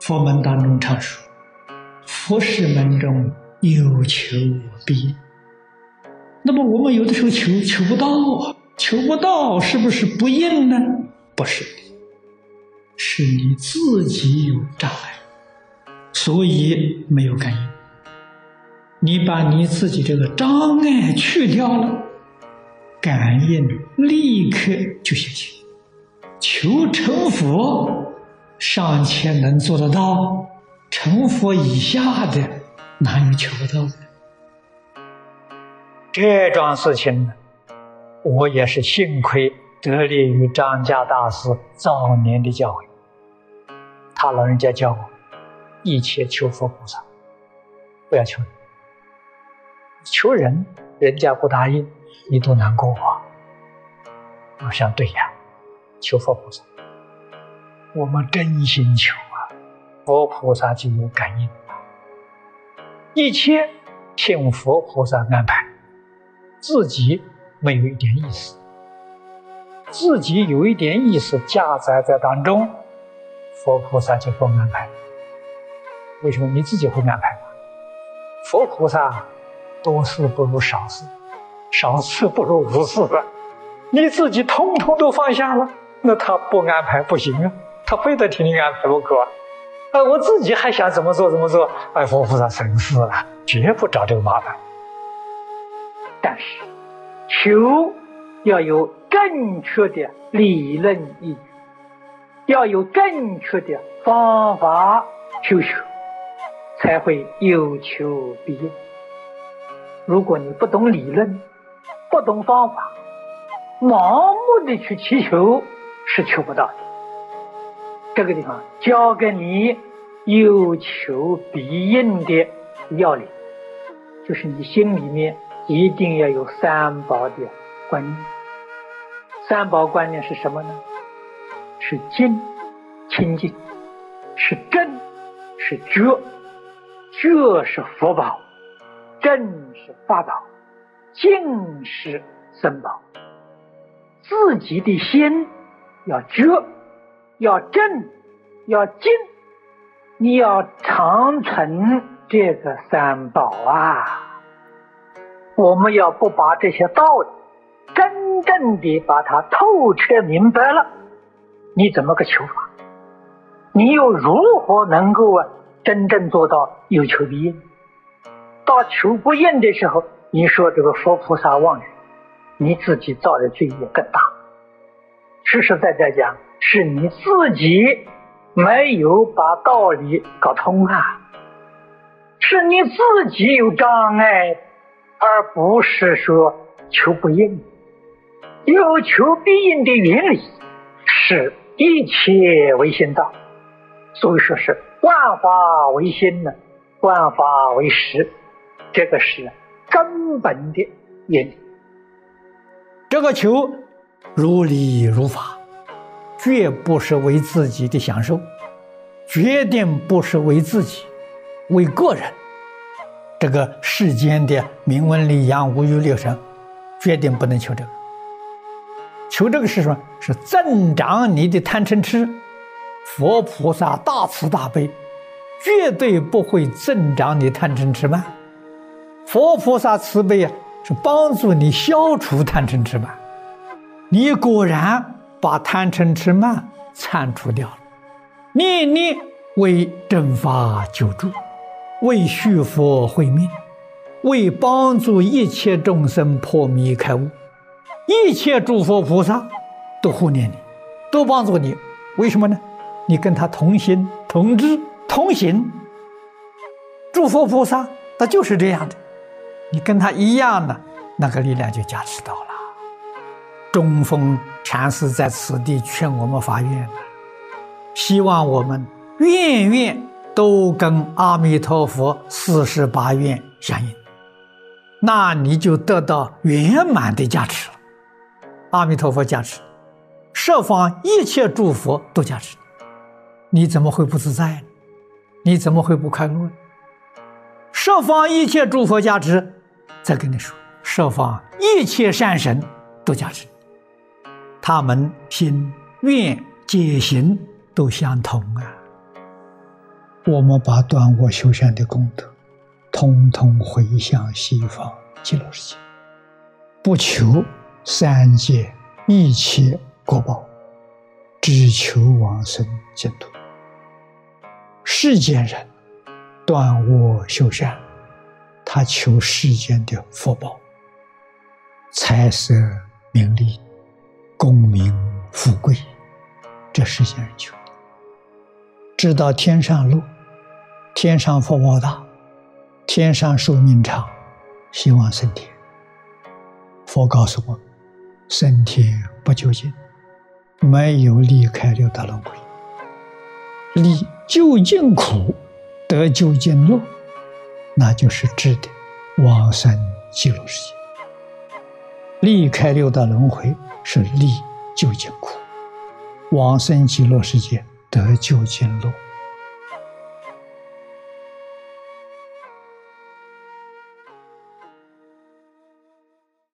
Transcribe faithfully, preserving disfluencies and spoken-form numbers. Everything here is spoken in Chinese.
佛门当中常说，佛事门中有求必应。那么我们有的时候求求不到啊，求不到是不是不应呢？不是，是你自己有障碍，所以没有感应。你把你自己这个障碍去掉了，感应立刻就显现。求成佛尚且能做得到，成佛以下的哪有求不到的？这桩事情呢，我也是幸亏得力于张家大师早年的教诲。他老人家教我，一切求佛菩萨，不要求人。求人，人家不答应，你多难过啊！我想对呀，求佛菩萨，我们真心求啊，佛菩萨就有感应。一切听佛菩萨安排，自己没有一点意思，自己有一点意思夹杂在当中，佛菩萨就不安排。为什么你自己会安排呢？佛菩萨多事不如少事，少事不如无事啊！你自己通通都放下了，那他不安排不行啊，他非得听你安排不可啊！啊，我自己还想怎么做怎么做，哎，佛菩萨省事了，绝不找这个麻烦。但是求要有正确的理论依据，要有正确的方法修学，才会有求必应。如果你不懂理论，不懂方法，盲目的去祈求，是求不到的。这个地方教给你有求必应的要领，就是你心里面一定要有三宝的观念。三宝观念是什么呢？是净，清净；是正，是觉。觉是佛宝，正是法宝，净是僧宝。自己的心要觉，要正，要净，你要常存这个三宝啊！我们要不把这些道理真正的把它透彻明白了，你怎么个求法？你又如何能够啊真正做到有求必应？到求不应的时候，你说这个佛菩萨妄语，你自己造的罪业更大。实实在在讲，是你自己没有把道理搞通啊，是你自己有障碍，而不是说求不应。有求必应的原理是一切唯心造，所以说是万法唯心呢，万法唯识，这个是根本的原理。这个求如理如法，绝不是为自己的享受，决定不是为自己，为个人。这个世间的名闻利养五欲六尘，决定不能求这个。求这个是什么？是增长你的贪嗔痴。佛菩萨大慈大悲，绝对不会增长你贪嗔痴慢。佛菩萨慈悲啊，是帮助你消除贪嗔痴慢。你果然把贪嗔痴慢铲除掉了，念念为正法救助，为续佛慧命，为帮助一切众生破迷开悟。一切诸佛菩萨都护念你，都帮助你。为什么呢？你跟他同心同志同行。诸佛菩萨他就是这样的，你跟他一样的，那个力量就加持到了。中峰禅师在此地劝我们发愿，希望我们愿愿都跟阿弥陀佛四十八愿相应，那你就得到圆满的加持了。阿弥陀佛加持，十方一切诸佛都加持，你怎么会不自在呢？你怎么会不快乐呢？十方一切诸佛加持，再跟你说，十方一切善神都加持，他们心愿解行都相同啊。 我们把断我修善的功德统统回向西方极乐世界，不求三界一切果报，只求往生净土。世间人断我修善，他求世间的福报，财色名利、功名富贵，这世间人求。知道天上路，天上福报大，天上寿命长，希望升天。佛告诉我，升天不究竟，没有离开六道轮回，离究竟苦得究竟乐，那就是智的往生极乐世界。离开六道轮回是离究竟苦，往生极乐世界得究竟乐。